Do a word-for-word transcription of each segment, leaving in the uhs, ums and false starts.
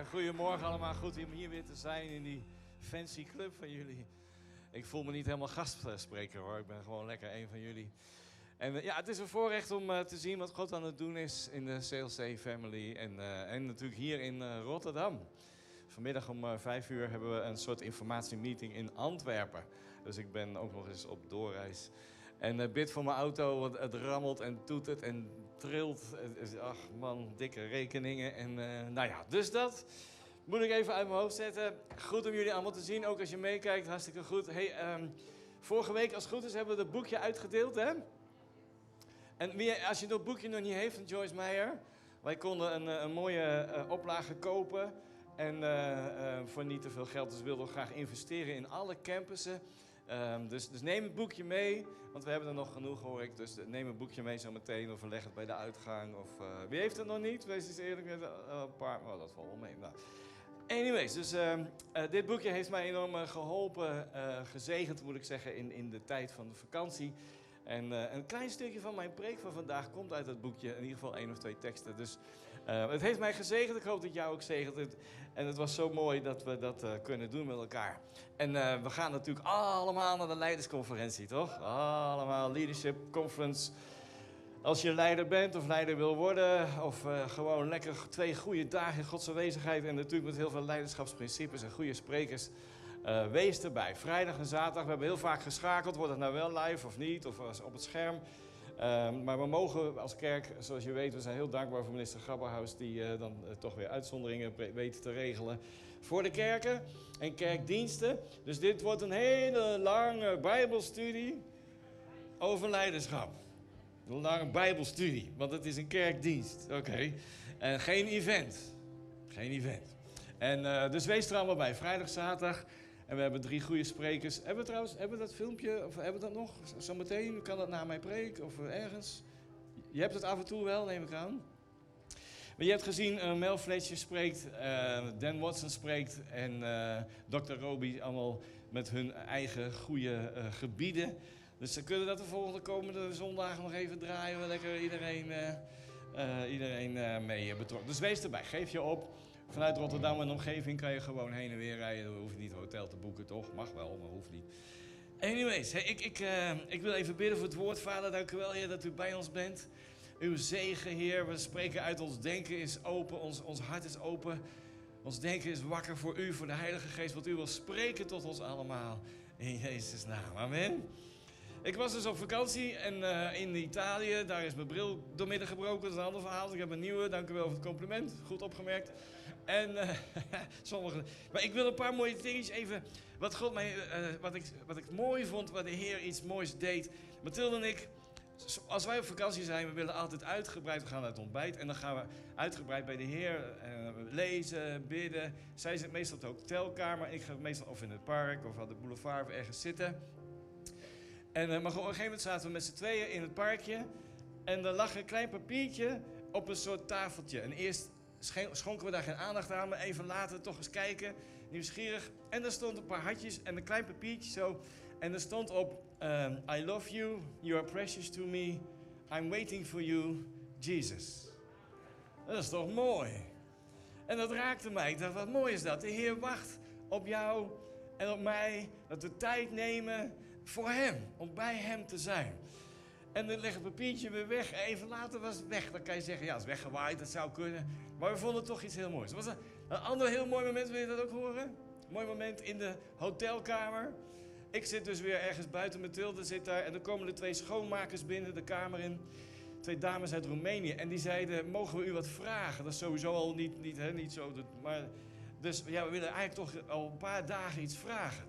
Goedemorgen allemaal, goed om hier weer te zijn in die fancy club van jullie. Ik voel me niet helemaal gastspreker hoor, ik ben gewoon lekker een van jullie. En uh, ja, het is een voorrecht om uh, te zien wat God aan het doen is in de C L C Family en, uh, en natuurlijk hier in uh, Rotterdam. Vanmiddag om uh, vijf uur hebben we een soort informatiemeeting in Antwerpen. Dus ik ben ook nog eens op doorreis. En uh, bid voor mijn auto, want het rammelt en toetert en trilt. Ach man, dikke rekeningen. En uh, nou ja, dus dat moet ik even uit mijn hoofd zetten. Goed om jullie allemaal te zien, ook als je meekijkt, hartstikke goed. Hey, um, vorige week, als het goed is, hebben we het boekje uitgedeeld, hè? En wie, als je dat boekje nog niet heeft van Joyce Meyer, wij konden een, een mooie uh, oplage kopen. En uh, uh, voor niet te veel geld, dus wilden we graag investeren in alle campussen. Um, dus, dus neem het boekje mee, want we hebben er nog genoeg hoor ik. Dus neem het boekje mee zo meteen of leg het bij de uitgang. Of, uh, wie heeft het nog niet? Wees eens eerlijk, uh, een paar, oh, dat valt wel mee. Nou. Anyways, dus uh, uh, dit boekje heeft mij enorm uh, geholpen, uh, gezegend moet ik zeggen, in, in de tijd van de vakantie. En uh, een klein stukje van mijn preek van vandaag komt uit dat boekje, in ieder geval één of twee teksten. Dus uh, het heeft mij gezegend, ik hoop dat jou ook zegent. En het was zo mooi dat we dat uh, kunnen doen met elkaar. En uh, we gaan natuurlijk allemaal naar de leidersconferentie, toch? Allemaal Leadership Conference. Als je leider bent of leider wil worden, of uh, gewoon lekker twee goede dagen in Gods aanwezigheid. En natuurlijk met heel veel leiderschapsprincipes en goede sprekers. Uh, wees erbij. Vrijdag en zaterdag, we hebben heel vaak geschakeld. Wordt het nou wel live of niet, of op het scherm. Uh, maar we mogen als kerk, zoals je weet, we zijn heel dankbaar voor minister Grabberhaus, die uh, dan uh, toch weer uitzonderingen weet te regelen voor de kerken en kerkdiensten. Dus dit wordt een hele lange bijbelstudie over leiderschap. Een lange bijbelstudie, want het is een kerkdienst. Oké. Okay. En geen event. Geen event. En uh, dus wees er allemaal bij. Vrijdag, zaterdag. En we hebben drie goede sprekers. Hebben we trouwens, hebben we dat filmpje, of hebben we dat nog? Zometeen, kan dat na mijn preek of ergens? Je hebt het af en toe wel, neem ik aan. Maar je hebt gezien, uh, Mel Fletcher spreekt, uh, Dan Watson spreekt en uh, dokter Roby allemaal met hun eigen goede uh, gebieden. Dus ze kunnen dat de volgende komende zondagen nog even draaien. Waar lekker iedereen, uh, uh, iedereen uh, mee betrokken. Dus wees erbij, geef je op. Vanuit Rotterdam en omgeving kan je gewoon heen en weer rijden. Dan hoef je niet hotel te boeken, toch? Mag wel, maar hoeft niet. Anyways, ik, ik, uh, ik wil even bidden voor het woord. Vader, dank u wel, Heer, dat u bij ons bent. Uw zegen, Heer. We spreken uit, ons denken is open, ons, ons hart is open. Ons denken is wakker voor u, voor de Heilige Geest. Wat u wil spreken tot ons allemaal. In Jezus' naam. Amen. Ik was dus op vakantie en, uh, in Italië. Daar is mijn bril doormidden gebroken. Dat is een ander verhaal. Ik heb een nieuwe. Dank u wel voor het compliment. Goed opgemerkt. En, uh, sommige... Maar ik wil een paar mooie dingetjes even... Wat, God mij, uh, wat, ik, wat ik mooi vond, waar de Heer iets moois deed. Mathilde en ik, als wij op vakantie zijn, we willen altijd uitgebreid. We gaan naar het ontbijt en dan gaan we uitgebreid bij de Heer uh, lezen, bidden. Zij zit meestal op de hotelkamer. Ik ga meestal of in het park of aan de boulevard of ergens zitten. En, uh, maar op een gegeven moment zaten we met z'n tweeën in het parkje. En er lag een klein papiertje op een soort tafeltje. En eerst schonken we daar geen aandacht aan, maar even later toch eens kijken, nieuwsgierig. En er stond een paar hartjes en een klein papiertje zo. En er stond op, um, I love you, you are precious to me, I'm waiting for you, Jesus. Dat is toch mooi? En dat raakte mij. Ik dacht, wat mooi is dat? De Heer wacht op jou en op mij, dat we tijd nemen voor Hem, om bij Hem te zijn. En dan leg het papiertje weer weg. Even later was het weg. Dan kan je zeggen, ja, het is weggewaaid, dat zou kunnen. Maar we vonden toch iets heel moois. Er was een, een ander heel mooi moment, wil je dat ook horen? Een mooi moment in de hotelkamer. Ik zit dus weer ergens buiten, Mathilde zit daar. En dan komen er twee schoonmakers binnen de kamer in. Twee dames uit Roemenië. En die zeiden, mogen we u wat vragen? Dat is sowieso al niet, niet, hè, niet zo. Maar, dus ja, we willen eigenlijk toch al een paar dagen iets vragen.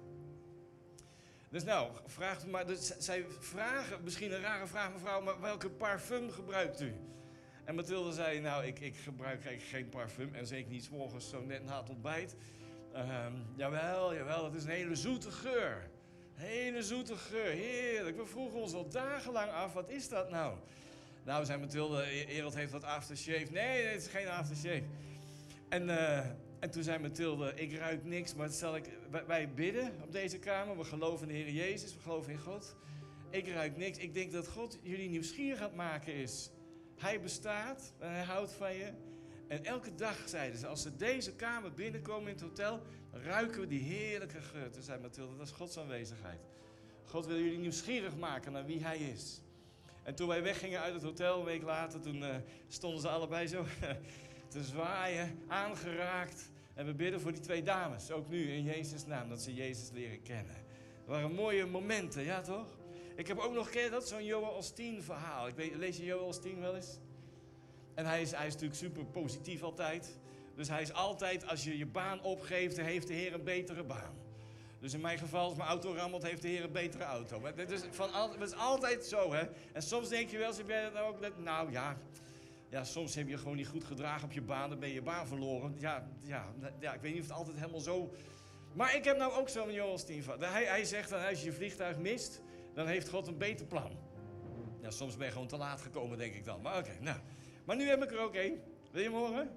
Dus nou, vraagt maar, dus zij vragen, misschien een rare vraag mevrouw, maar welke parfum gebruikt u? En Mathilde zei, nou, ik, ik gebruik eigenlijk geen parfum en zeker niet 's morgens zo net na het ontbijt. Um, jawel, jawel, dat is een hele zoete geur. Hele zoete geur, heerlijk. We vroegen ons al dagenlang af, wat is dat nou? Nou, zei Mathilde, Ereld heeft wat aftershave. Nee, het is geen aftershave. En... Uh, En toen zei Mathilde, ik ruik niks, maar zal ik, wij bidden op deze kamer. We geloven in de Heer Jezus, we geloven in God. Ik ruik niks. Ik denk dat God jullie nieuwsgierig aan het maken is. Hij bestaat en hij houdt van je. En elke dag zeiden ze, als ze deze kamer binnenkomen in het hotel, dan ruiken we die heerlijke geur. Toen zei Mathilde, dat is Gods aanwezigheid. God wil jullie nieuwsgierig maken naar wie hij is. En toen wij weggingen uit het hotel, een week later, toen uh, stonden ze allebei zo te zwaaien, aangeraakt. En we bidden voor die twee dames, ook nu in Jezus' naam, dat ze Jezus leren kennen. Dat waren mooie momenten, ja toch? Ik heb ook nog, ken je dat, zo'n Joel Osteen verhaal. Ik weet, lees je Joel Osteen wel eens? En hij is, hij is natuurlijk super positief altijd. Dus hij is altijd, als je je baan opgeeft, dan heeft de Heer een betere baan. Dus in mijn geval, als mijn auto rammelt, heeft de Heer een betere auto. Maar dat is, van, dat is altijd zo, hè. En soms denk je wel, heb jij dat nou ook? Nou ja, ja, soms heb je gewoon niet goed gedragen op je baan, dan ben je je baan verloren. Ja, ja, ja, ik weet niet of het altijd helemaal zo... Maar ik heb nou ook zo'n Joel Osteen van. Hij, hij zegt dat als je je vliegtuig mist, dan heeft God een beter plan. Ja, soms ben je gewoon te laat gekomen, denk ik dan. Maar oké, okay, nou. Maar nu heb ik er ook één. Wil je hem horen?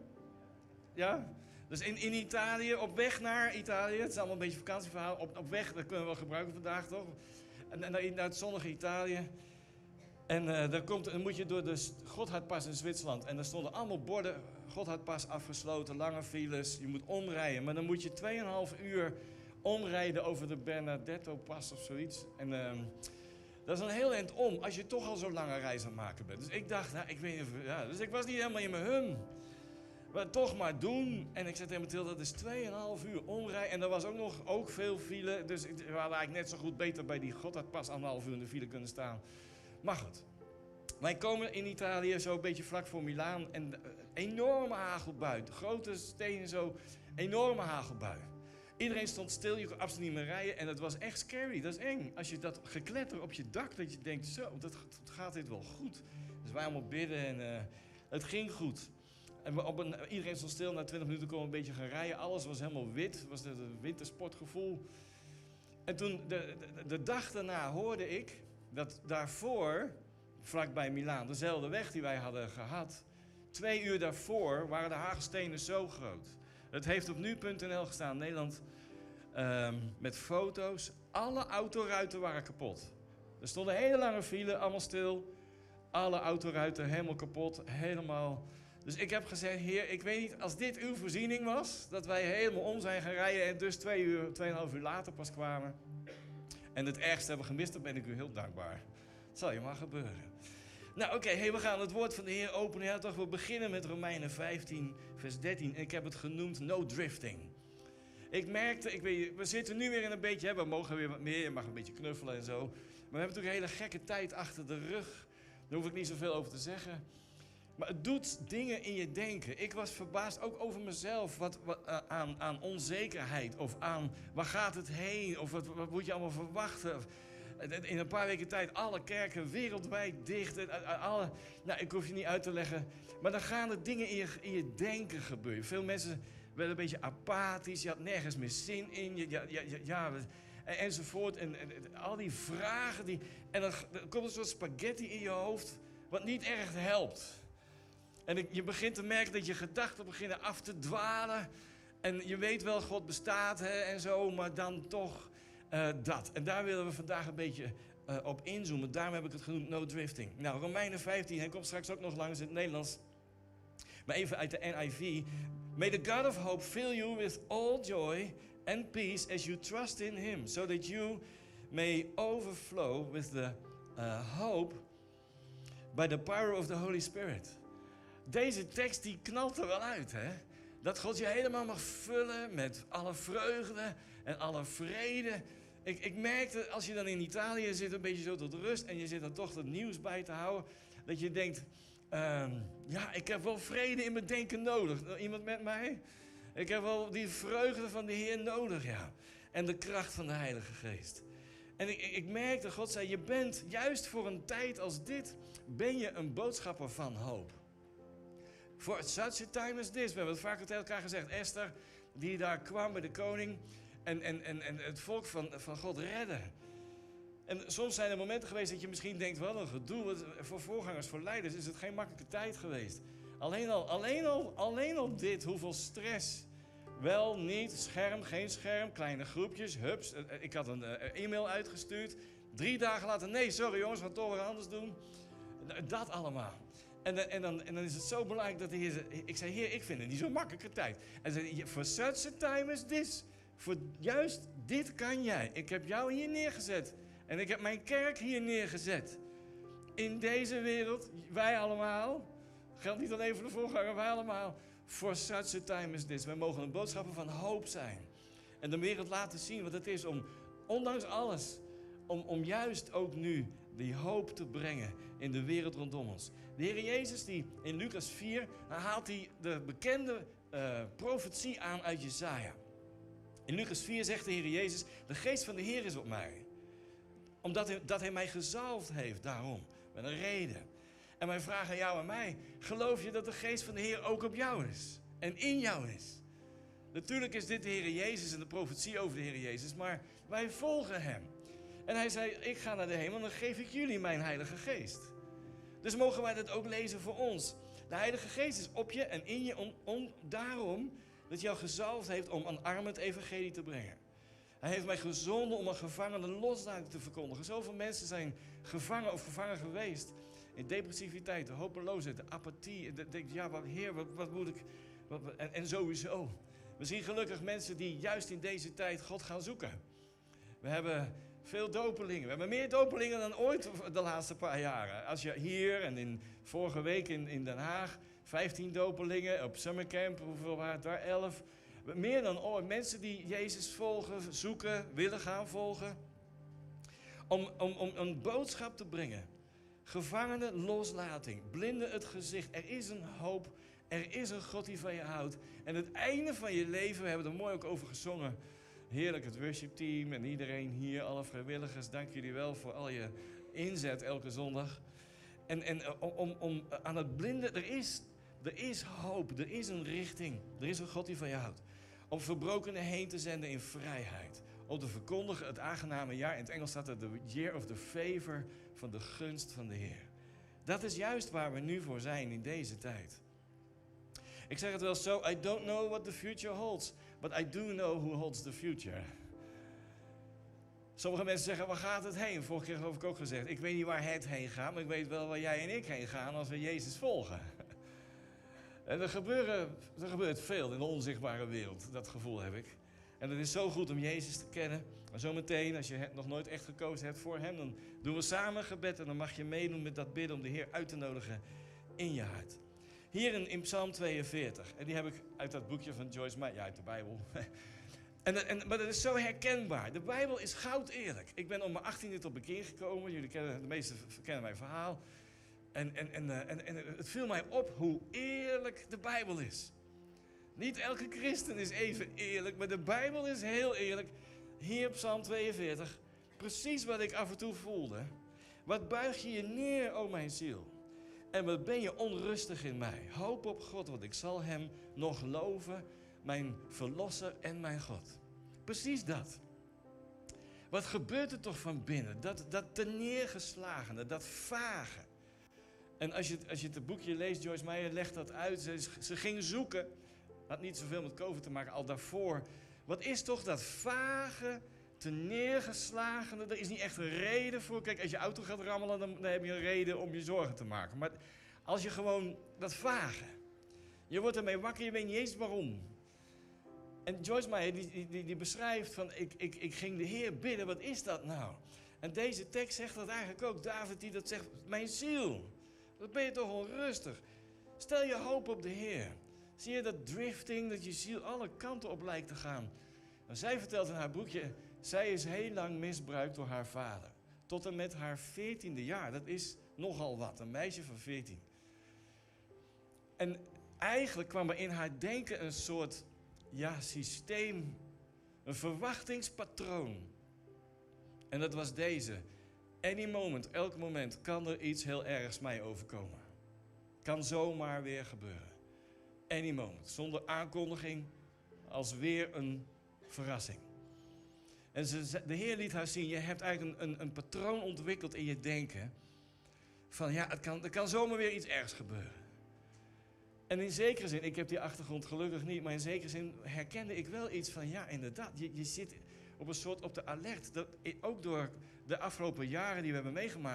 Ja? Dus in, in Italië, op weg naar Italië, het is allemaal een beetje een vakantieverhaal, op, op weg, dat kunnen we wel gebruiken vandaag toch? En, en naar, naar het zonnige Italië. En uh, dan, komt, dan moet je door de Gotthardpas in Zwitserland. En daar stonden allemaal borden, Gotthardpas afgesloten, lange files, je moet omrijden. Maar dan moet je tweeënhalf uur omrijden over de Bernardetto-pas of zoiets. En uh, dat is een heel eind om, als je toch al zo'n lange reis aan het maken bent. Dus ik dacht, nou, ik weet niet of, ja, dus ik was niet helemaal in mijn hum. Maar toch maar doen. En ik zei tegen Mathilde, dat is tweeënhalf uur omrijden. En er was ook nog ook veel file. Dus we hadden eigenlijk net zo goed beter bij die Gotthardpas anderhalf uur in de file kunnen staan. Maar goed. Wij komen in Italië zo een beetje vlak voor Milaan. En enorme hagelbui. Grote stenen zo. Enorme hagelbui. Iedereen stond stil, je kon absoluut niet meer rijden. En het was echt scary, dat is eng. Als je dat gekletter op je dak, dat je denkt, zo, dat gaat dit wel goed. Dus wij allemaal bidden en uh, het ging goed. En we op een, iedereen stond stil, na twintig minuten konden we een beetje gaan rijden. Alles was helemaal wit, het was het wintersportgevoel. En toen, de, de, de dag daarna hoorde ik dat daarvoor, vlakbij Milaan, dezelfde weg die wij hadden gehad, twee uur daarvoor waren de hagelstenen zo groot. Het heeft op nu punt n l gestaan, Nederland, um, met foto's. Alle autoruiten waren kapot. Er stonden hele lange file, allemaal stil. Alle autoruiten helemaal kapot, helemaal... Dus ik heb gezegd, Heer, ik weet niet, als dit uw voorziening was, dat wij helemaal om zijn gaan rijden en dus twee uur, tweeënhalf uur later pas kwamen. En het ergste hebben gemist, dan ben ik u heel dankbaar. Het zal je maar gebeuren. Nou oké, okay, hey, we gaan het woord van de Heer openen. Ja, toch, we beginnen met Romeinen vijftien, vers dertien. En ik heb het genoemd no drifting. Ik merkte, ik weet, we zitten nu weer in een beetje, hè, we mogen weer wat meer, je mag een beetje knuffelen en zo. Maar we hebben natuurlijk een hele gekke tijd achter de rug. Daar hoef ik niet zoveel over te zeggen. Maar het doet dingen in je denken. Ik was verbaasd ook over mezelf, wat, wat, uh, aan, aan onzekerheid. Of aan, waar gaat het heen? Of wat, wat moet je allemaal verwachten? Of, in een paar weken tijd alle kerken wereldwijd dicht. Alle, nou, ik hoef je niet uit te leggen. Maar dan gaan er dingen in je, in je denken gebeuren. Veel mensen werden een beetje apathisch. Je had nergens meer zin in. Je, ja, ja, ja, ja, enzovoort. En, en, en al die vragen. Die, en dan, dan komt een soort spaghetti in je hoofd. Wat niet erg helpt. En ik, je begint te merken dat je gedachten beginnen af te dwalen. En je weet wel, God bestaat hè, en zo, maar dan toch uh, dat. En daar willen we vandaag een beetje uh, op inzoomen. Daarom heb ik het genoemd no drifting. Nou, Romeinen vijftien, hij komt straks ook nog langs in het Nederlands. Maar even uit de N I V. May the God of hope fill you with all joy and peace as you trust in him. So that you may overflow with the uh, hope by the power of the Holy Spirit. Deze tekst die knalt er wel uit, hè? Dat God je helemaal mag vullen met alle vreugde en alle vrede. Ik, ik merkte, als je dan in Italië zit, een beetje zo tot rust en je zit er toch het nieuws bij te houden, dat je denkt, uh, ja, ik heb wel vrede in mijn denken nodig. Iemand met mij? Ik heb wel die vreugde van de Heer nodig, ja. En de kracht van de Heilige Geest. En ik, ik merkte, God zei, je bent juist voor een tijd als dit, ben je een boodschapper van hoop. For such a time as this. We hebben het vaak tegen elkaar gezegd. Esther, die daar kwam bij de koning. En, en, en, en het volk van, van God redden. En soms zijn er momenten geweest dat je misschien denkt, wel een gedoe. Voor voorgangers, voor leiders is het geen makkelijke tijd geweest. Alleen al, alleen al, alleen al dit, hoeveel stress. Wel, niet, scherm, geen scherm, kleine groepjes, hups. Ik had een e-mail uitgestuurd. Drie dagen later, nee, sorry jongens, we gaan toch weer anders doen. Dat allemaal. En, dan, en, dan, en dan is het zo belangrijk dat de Heer zegt, ik zei, Heer, ik vind het niet zo'n makkelijke tijd. En hij zei, for such a time as this. Voor juist dit kan jij. Ik heb jou hier neergezet. En ik heb mijn kerk hier neergezet. In deze wereld, wij allemaal. Geldt niet alleen voor de voorganger, wij allemaal. For such a time as this. Wij mogen een boodschapper van hoop zijn. En de wereld laten zien wat het is om, ondanks alles, om, om juist ook nu die hoop te brengen in de wereld rondom ons. De Heer Jezus, die in Lucas vier, haalt hij de bekende uh, profetie aan uit Jesaja. In Lucas vier zegt de Heer Jezus, de geest van de Heer is op mij. Omdat hij, dat hij mij gezalfd heeft, daarom. Met een reden. En wij vragen aan jou en mij, geloof je dat de geest van de Heer ook op jou is? En in jou is? Natuurlijk is dit de Heer Jezus en de profetie over de Heer Jezus, maar wij volgen hem. En hij zei, ik ga naar de hemel en dan geef ik jullie mijn Heilige Geest. Dus mogen wij dat ook lezen voor ons. De Heilige Geest is op je en in je om, om daarom dat hij jou gezalfd heeft om aan armen het evangelie te brengen. Hij heeft mij gezonden om een gevangene loslating te verkondigen. Zoveel mensen zijn gevangen of gevangen geweest in depressiviteit, de hopeloosheid, de apathie. En denk, ja, wat, Heer, wat, wat moet ik... Wat, wat, en, en sowieso. We zien gelukkig mensen die juist in deze tijd God gaan zoeken. We hebben veel dopelingen. We hebben meer dopelingen dan ooit de laatste paar jaren. Als je hier en in vorige week in, in Den Haag, vijftien dopelingen. Op summercamp, hoeveel waren het daar? elf. Meer dan ooit. Mensen die Jezus volgen, zoeken, willen gaan volgen. Om, om, om een boodschap te brengen. Gevangenen loslating. Blinden het gezicht. Er is een hoop. Er is een God die van je houdt. En het einde van je leven, we hebben er mooi ook over gezongen. Heerlijk, het worshipteam en iedereen hier, alle vrijwilligers. Dank jullie wel voor al je inzet elke zondag. En, en om, om, om aan het blinden, er is, er is hoop, er is een richting. Er is een God die van je houdt. Om verbrokenen heen te zenden in vrijheid. Om te verkondigen het aangename jaar. In het Engels staat er the year of the favor, van de gunst van de Heer. Dat is juist waar we nu voor zijn in deze tijd. Ik zeg het wel zo, I don't know what the future holds, but I do know who holds the future. Sommige mensen zeggen, waar gaat het heen? Vorige keer heb ik ook gezegd, ik weet niet waar het heen gaat, maar ik weet wel waar jij en ik heen gaan als we Jezus volgen. En er, gebeuren, er gebeurt veel in de onzichtbare wereld, dat gevoel heb ik. En het is zo goed om Jezus te kennen. En zometeen, als je het nog nooit echt gekozen hebt voor hem, dan doen we samen gebed en dan mag je meedoen met dat bidden om de Heer uit te nodigen in je hart. Hier in, in Psalm tweeënveertig, en die heb ik uit dat boekje van Joyce Meyer, ja, uit de Bijbel. en, en, maar dat is zo herkenbaar. De Bijbel is goud eerlijk. Ik ben om mijn achttiende tot bekeer gekomen. Jullie kennen, de meesten kennen mijn verhaal. En, en, en, en, en het viel mij op hoe eerlijk de Bijbel is. Niet elke christen is even eerlijk, maar de Bijbel is heel eerlijk. Hier op Psalm tweeënveertig, precies wat ik af en toe voelde. Wat buig je je neer, o mijn ziel? En wat ben je onrustig in mij? Hoop op God, want ik zal hem nog loven, mijn verlosser en mijn God. Precies dat. Wat gebeurt er toch van binnen? Dat, dat terneergeslagene, dat vage. En als je, als je het boekje leest, Joyce Meyer legt dat uit. Ze, ze ging zoeken. Had niet zoveel met COVID te maken, al daarvoor. Wat is toch dat vage, terneergeslagene? Er is niet echt een reden voor. Kijk, als je auto gaat rammelen, dan, dan heb je een reden om je zorgen te maken. Maar als je gewoon dat vage. Je wordt ermee wakker, je weet niet eens waarom. En Joyce Meyer die, die, die beschrijft van, ik, ik, ik ging de Heer bidden, wat is dat nou? En deze tekst zegt dat eigenlijk ook. David die dat zegt, mijn ziel, wat ben je toch onrustig. Stel je hoop op de Heer. Zie je dat drifting, dat je ziel alle kanten op lijkt te gaan. En zij vertelt in haar boekje, zij is heel lang misbruikt door haar vader. Tot en met haar veertiende jaar, dat is nogal wat, een meisje van veertien. En eigenlijk kwam er in haar denken een soort ja, systeem, een verwachtingspatroon. En dat was deze. Any moment, elk moment kan er iets heel ergs mij overkomen. Kan zomaar weer gebeuren. Any moment, zonder aankondiging, als weer een verrassing. En ze, de Heer liet haar zien, je hebt eigenlijk een, een, een patroon ontwikkeld in je denken. Van ja, het kan, er kan zomaar weer iets ergs gebeuren. En in zekere zin, ik heb die achtergrond gelukkig niet, maar in zekere zin herkende ik wel iets van, ja inderdaad, je, je zit op een soort op de alert. Dat, ook door de afgelopen jaren die we hebben meegemaakt,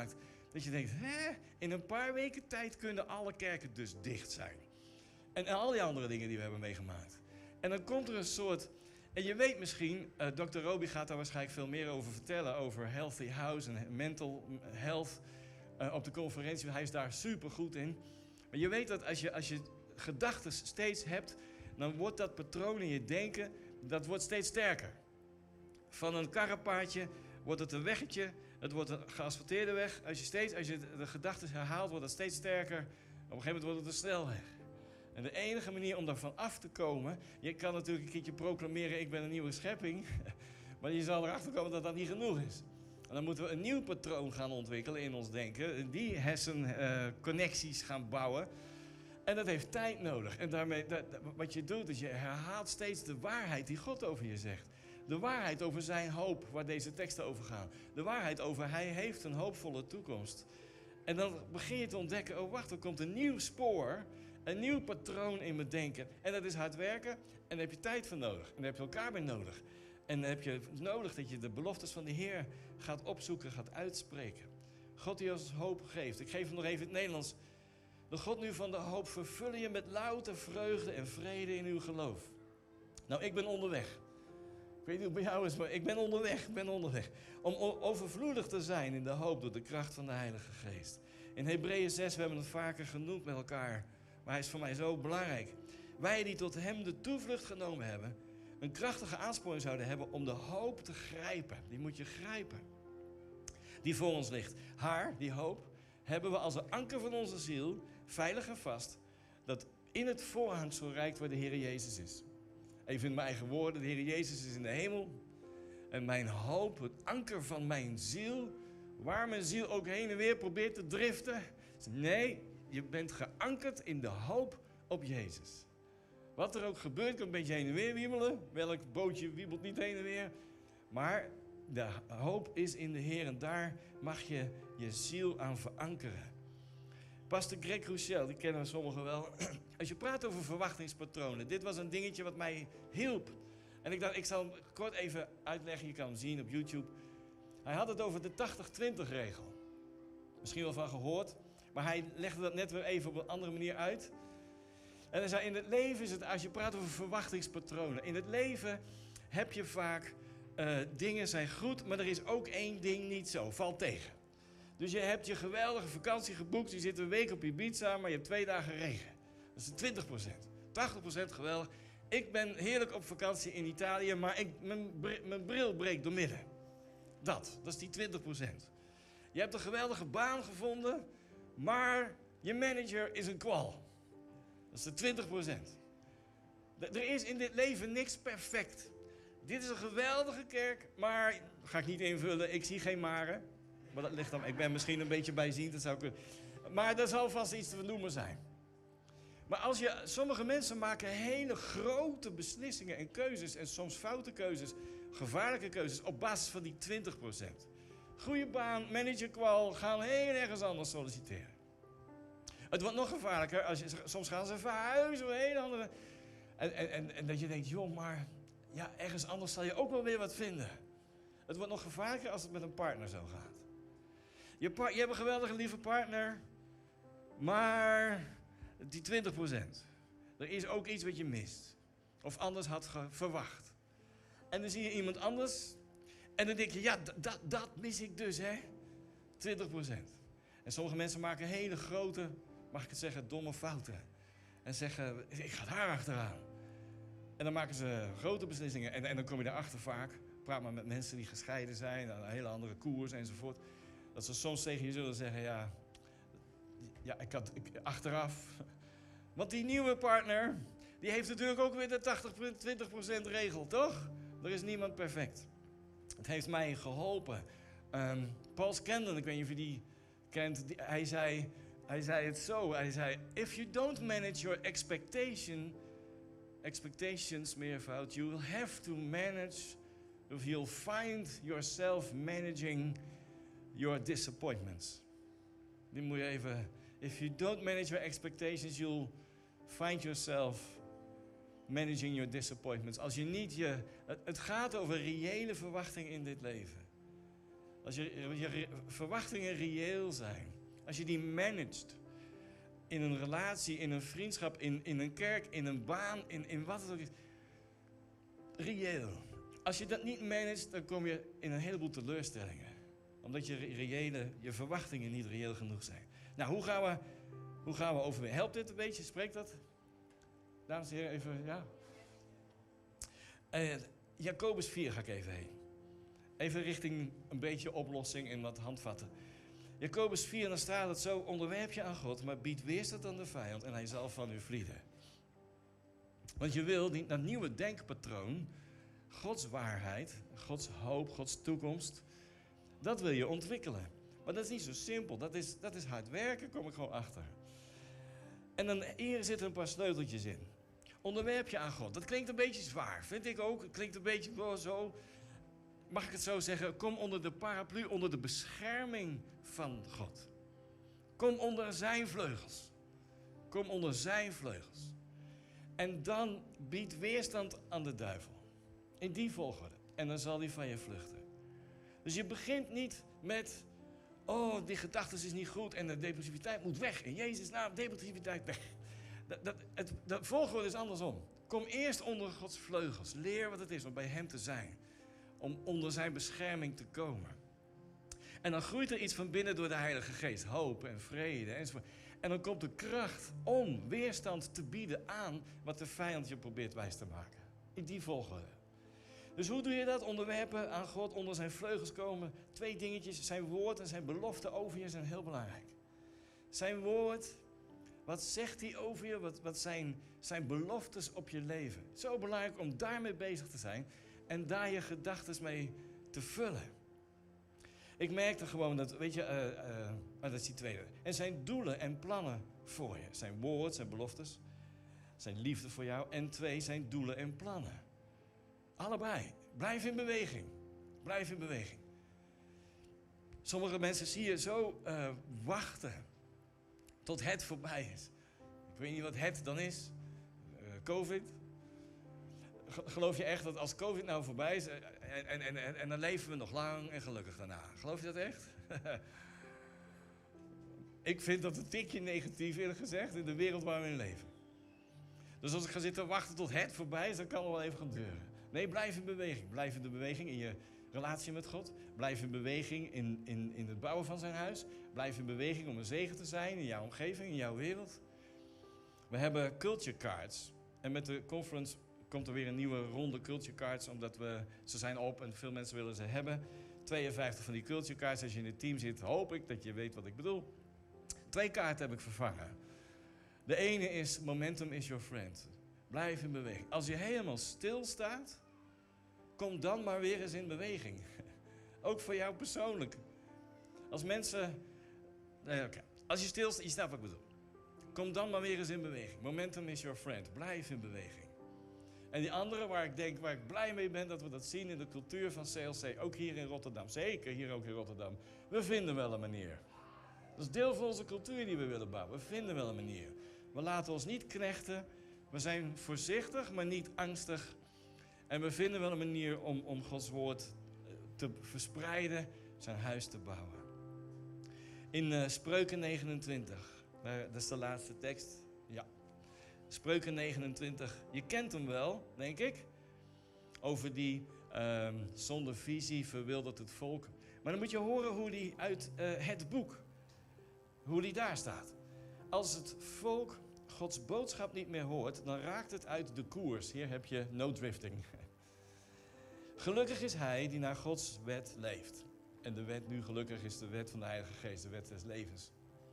Dat je denkt, hè, in een paar weken tijd kunnen alle kerken dus dicht zijn. En, en al die andere dingen die we hebben meegemaakt. En dan komt er een soort... En je weet misschien, uh, dokter Roby gaat daar waarschijnlijk veel meer over vertellen, over healthy house en mental health uh, op de conferentie. Hij is daar super goed in. Maar je weet dat als je, als je gedachten steeds hebt, dan wordt dat patroon in je denken, dat wordt steeds sterker. Van een karrepaadje wordt het een weggetje, het wordt een geasfalteerde weg. Als je steeds, als je de gedachten herhaalt, wordt het steeds sterker. Op een gegeven moment wordt het een snelweg. En de enige manier om daarvan af te komen, je kan natuurlijk een keertje proclameren, ik ben een nieuwe schepping, maar je zal erachter komen dat dat niet genoeg is. En dan moeten we een nieuw patroon gaan ontwikkelen in ons denken, die hersenconnecties uh, gaan bouwen. En dat heeft tijd nodig. En daarmee, dat, wat je doet, is je herhaalt steeds de waarheid die God over je zegt. De waarheid over zijn hoop, waar deze teksten over gaan. De waarheid over hij heeft een hoopvolle toekomst. En dan begin je te ontdekken, oh wacht, er komt een nieuw spoor, een nieuw patroon in mijn denken. En dat is hard werken en daar heb je tijd voor nodig. En daar heb je elkaar bij nodig. En dan heb je nodig dat je de beloftes van de Heer gaat opzoeken, gaat uitspreken. God die ons hoop geeft. Ik geef hem nog even in het Nederlands. De God nu van de hoop vervullen je met louter vreugde en vrede in uw geloof. Nou, ik ben onderweg. Ik weet niet hoe het bij jou is, maar ik ben onderweg. Ik ben onderweg. Om overvloedig te zijn in de hoop door de kracht van de Heilige Geest. In Hebreeën zes, we hebben het vaker genoemd met elkaar. Maar hij is voor mij zo belangrijk. Wij die tot hem de toevlucht genomen hebben, een krachtige aansporing zouden hebben om de hoop te grijpen. Die moet je grijpen. Die voor ons ligt. Haar, die hoop, hebben we als een anker van onze ziel, veilig en vast, dat in het voorhangsel reikt waar de Heer Jezus is. Even in mijn eigen woorden, de Heer Jezus is in de hemel. En mijn hoop, het anker van mijn ziel, waar mijn ziel ook heen en weer probeert te driften. Nee, je bent geankerd in de hoop op Jezus. Wat er ook gebeurt, kan een beetje heen en weer wiebelen. Welk bootje wiebelt niet heen en weer. Maar de hoop is in de Heer en daar mag je je ziel aan verankeren. Pastor Greg Roussel, die kennen we sommigen wel. Als je praat over verwachtingspatronen, dit was een dingetje wat mij hielp. En ik dacht, ik zal hem kort even uitleggen, je kan hem zien op YouTube. Hij had het over de tachtig twintig regel. Misschien wel van gehoord, maar hij legde dat net weer even op een andere manier uit. En hij zei, in het leven is het, als je praat over verwachtingspatronen, in het leven heb je vaak uh, dingen zijn goed, maar er is ook één ding niet zo, valt tegen. Dus je hebt je geweldige vakantie geboekt, je zit een week op Ibiza, maar je hebt twee dagen regen. Dat is twintig procent. tachtig procent geweldig. Ik ben heerlijk op vakantie in Italië, maar ik, mijn, mijn bril breekt doormidden. Dat, dat is die twintig procent. Je hebt een geweldige baan gevonden, maar je manager is een kwal. Dat is de twintig procent. Er is in dit leven niks perfect. Dit is een geweldige kerk, maar dat ga ik niet invullen. Ik zie geen maren. Maar dat ligt dan, ik ben misschien een beetje bijziend, dat zou kunnen. Maar er zal vast iets te vernoemen zijn. Maar als je, sommige mensen maken hele grote beslissingen en keuzes, en soms foute keuzes, gevaarlijke keuzes, op basis van die twintig procent. Goeie baan, managerkwal, gaan heel ergens anders solliciteren. Het wordt nog gevaarlijker, als je, soms gaan ze verhuizen, een hele andere... En, en, en, en dat je denkt, joh, maar ja, ergens anders zal je ook wel weer wat vinden. Het wordt nog gevaarlijker als het met een partner zo gaat. Je, par- je hebt een geweldige lieve partner, maar die twintig procent. Er is ook iets wat je mist. Of anders had ge- verwacht. En dan zie je iemand anders en dan denk je, ja, d- dat, dat mis ik dus, hè. twintig procent. En sommige mensen maken hele grote, mag ik het zeggen, domme fouten. En zeggen, ik ga daar achteraan. En dan maken ze grote beslissingen. En, en dan kom je daarachter vaak. Praat maar met mensen die gescheiden zijn, aan een hele andere koers enzovoort. Dat ze soms tegen je zullen zeggen, ja, ja ik had ik, achteraf. Want die nieuwe partner, die heeft natuurlijk ook weer de tachtig twintig procent regel, toch? Er is niemand perfect. Het heeft mij geholpen. Um, Paul Scandon, ik weet niet of je die kent, die, hij, zei, hij zei het zo. Hij zei, if you don't manage your expectation, expectations, meervoud, you will have to manage, of you'll find yourself managing your disappointments. Die moet je even, if you don't manage your expectations, you'll find yourself managing your disappointments. Als je niet je, het, het gaat over reële verwachtingen in dit leven. Als je, je re- verwachtingen reëel zijn. Als je die managt. In een relatie, in een vriendschap, in, in een kerk, in een baan, in, in wat het ook is. Reëel. Als je dat niet managt, dan kom je in een heleboel teleurstellingen. Omdat je reële, je verwachtingen niet reëel genoeg zijn. Nou, hoe gaan we, hoe gaan we overwinnen? Helpt dit een beetje? Spreekt dat? Dames en heren, even, ja. Uh, Jacobus vier ga ik even heen. Even richting een beetje oplossing en wat handvatten. Jacobus vier, dan staat het zo: onderwerp je aan God, maar bied weerstand aan de vijand en hij zal van u vlieden. Want je wil die, dat nieuwe denkpatroon, Gods waarheid, Gods hoop, Gods toekomst, dat wil je ontwikkelen. Maar dat is niet zo simpel, dat is, dat is hard werken, kom ik gewoon achter. En dan hier zitten een paar sleuteltjes in. Onderwerp je aan God, dat klinkt een beetje zwaar, vind ik ook. Het klinkt een beetje oh, zo, mag ik het zo zeggen, kom onder de paraplu, onder de bescherming van God. Kom onder zijn vleugels. Kom onder zijn vleugels. En dan bied weerstand aan de duivel. In die volgorde. En dan zal hij van je vluchten. Dus je begint niet met, oh, die gedachte is niet goed en de depressiviteit moet weg. In Jezus' naam, depressiviteit weg. Dat, dat, het, dat volgorde is andersom. Kom eerst onder Gods vleugels. Leer wat het is om bij hem te zijn. Om onder zijn bescherming te komen. En dan groeit er iets van binnen door de Heilige Geest. Hoop en vrede enzovoort. En dan komt de kracht om weerstand te bieden aan wat de vijand je probeert wijs te maken. In die volgorde. Dus hoe doe je dat? Onderwerpen aan God, onder zijn vleugels komen. Twee dingetjes, zijn woord en zijn belofte over je zijn heel belangrijk. Zijn woord, wat zegt hij over je? Wat, wat zijn zijn beloftes op je leven? Zo belangrijk om daarmee bezig te zijn en daar je gedachten mee te vullen. Ik merkte gewoon dat, weet je, uh, uh, maar dat is die tweede. En zijn doelen en plannen voor je. Zijn woord, zijn beloftes, zijn liefde voor jou. En twee, zijn doelen en plannen. Allebei. Blijf in beweging. Blijf in beweging. Sommige mensen zie je zo uh, wachten tot het voorbij is. Ik weet niet wat het dan is. Uh, COVID. Geloof je echt dat als COVID nou voorbij is en, en, en, en, en dan leven we nog lang en gelukkig daarna? Geloof je dat echt? Ik vind dat een tikje negatief eerlijk gezegd in de wereld waar we in leven. Dus als ik ga zitten wachten tot het voorbij is, dan kan het wel even gaan duren. Nee, blijf in beweging. Blijf in de beweging in je relatie met God. Blijf in beweging in, in, in het bouwen van zijn huis. Blijf in beweging om een zegen te zijn in jouw omgeving, in jouw wereld. We hebben culture cards. En met de conference komt er weer een nieuwe ronde culture cards, omdat we, ze zijn op en veel mensen willen ze hebben. tweeënvijftig van die culture cards. Als je in het team zit, hoop ik dat je weet wat ik bedoel. Twee kaarten heb ik vervangen. De ene is momentum is your friend. Blijf in beweging. Als je helemaal stil staat, kom dan maar weer eens in beweging. Ook voor jou persoonlijk. Als mensen, nee, okay. Als je stil staat, je snapt wat ik bedoel. Kom dan maar weer eens in beweging. Momentum is your friend. Blijf in beweging. En die andere waar ik denk, waar ik blij mee ben dat we dat zien in de cultuur van C L C, ook hier in Rotterdam, zeker hier ook in Rotterdam. We vinden wel een manier. Dat is deel van onze cultuur die we willen bouwen. We vinden wel een manier. We laten ons niet knechten. We zijn voorzichtig, maar niet angstig. En we vinden wel een manier om, om Gods woord te verspreiden, zijn huis te bouwen. In uh, Spreuken negenentwintig, daar, dat is de laatste tekst. Ja. Spreuken negenentwintig, je kent hem wel, denk ik. Over die um, zonder visie verwildert het volk. Maar dan moet je horen hoe die uit uh, het boek, hoe die daar staat. Als het volk Gods boodschap niet meer hoort, dan raakt het uit de koers. Hier heb je no drifting. Gelukkig is hij die naar Gods wet leeft. En de wet nu gelukkig is de wet van de Heilige Geest, de wet des levens.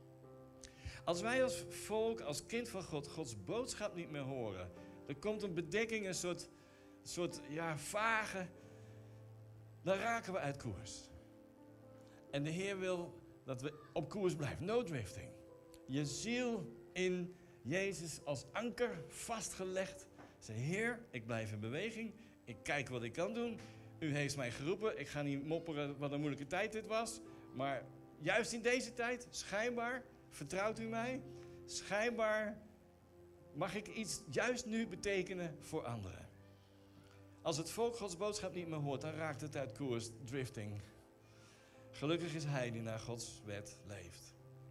Als wij als volk, als kind van God, Gods boodschap niet meer horen, dan komt een bedekking, een soort, soort ja, vage, dan raken we uit koers. En de Heer wil dat we op koers blijven, no drifting. Je ziel in Jezus als anker vastgelegd. Zeg, Heer, ik blijf in beweging, ik kijk wat ik kan doen. U heeft mij geroepen, ik ga niet mopperen wat een moeilijke tijd dit was, maar juist in deze tijd, schijnbaar, vertrouwt u mij? Schijnbaar mag ik iets juist nu betekenen voor anderen. Als het volk Gods boodschap niet meer hoort, dan raakt het uit koers, drifting. Gelukkig is hij die naar Gods wet leeft.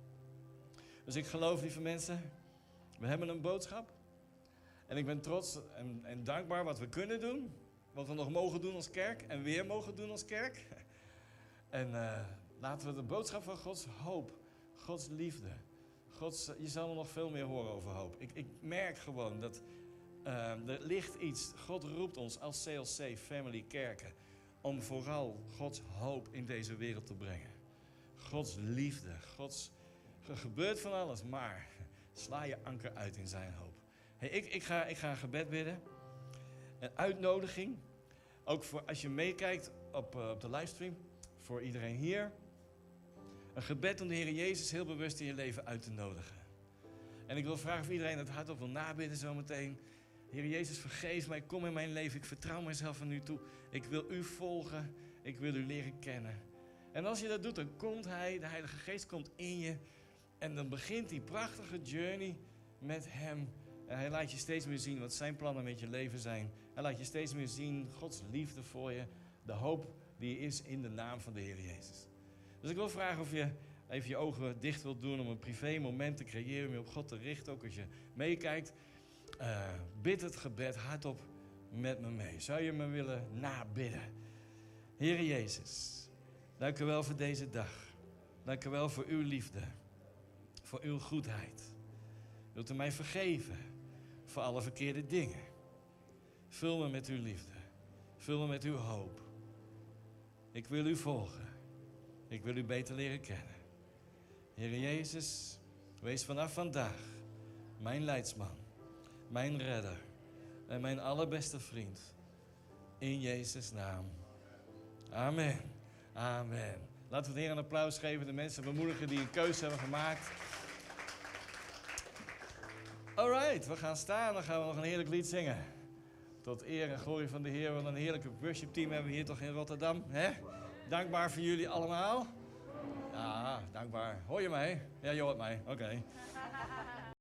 Dus ik geloof, lieve mensen, we hebben een boodschap. En ik ben trots en, en dankbaar wat we kunnen doen. Wat we nog mogen doen als kerk en weer mogen doen als kerk. En uh, laten we de boodschap van Gods hoop, Gods liefde. Gods, je zal er nog veel meer horen over hoop. Ik, ik merk gewoon dat uh, er ligt iets. God roept ons als C L C, Family Kerken, om vooral Gods hoop in deze wereld te brengen. Gods liefde, Gods... Er gebeurt van alles, maar sla je anker uit in zijn hoop. Hey, ik, ik, ga, ik ga een gebed bidden. Een uitnodiging. Ook voor als je meekijkt op, uh, op de livestream. Voor iedereen hier. Een gebed om de Heer Jezus heel bewust in je leven uit te nodigen. En ik wil vragen of iedereen het hardop wil nabidden zometeen. Heer Jezus, vergeef mij, kom in mijn leven. Ik vertrouw mezelf aan u toe. Ik wil u volgen. Ik wil u leren kennen. En als je dat doet, dan komt hij, de Heilige Geest komt in je. En dan begint die prachtige journey met hem. En hij laat je steeds meer zien wat zijn plannen met je leven zijn. Hij laat je steeds meer zien Gods liefde voor je. De hoop die is in de naam van de Heer Jezus. Dus ik wil vragen of je even je ogen dicht wilt doen om een privé moment te creëren. Om je op God te richten, ook als je meekijkt. Uh, bid het gebed hardop met me mee. Zou je me willen nabidden? Heer Jezus, dank u wel voor deze dag. Dank u wel voor uw liefde. Voor uw goedheid. Wilt u mij vergeven voor alle verkeerde dingen. Vul me met uw liefde. Vul me met uw hoop. Ik wil u volgen. Ik wil u beter leren kennen. Heer Jezus, wees vanaf vandaag mijn leidsman, mijn redder en mijn allerbeste vriend. In Jezus' naam. Amen. Amen. Laten we de Heer een applaus geven. De mensen bemoedigen die een keuze hebben gemaakt. Alright, we gaan staan. Dan gaan we nog een heerlijk lied zingen. Tot eer en glorie van de Heer. Wat een heerlijke worshipteam hebben we hier toch in Rotterdam. Hè? Dankbaar voor jullie allemaal. Ja, dankbaar. Hoor je mij? Ja, je hoort mij. Oké. Okay.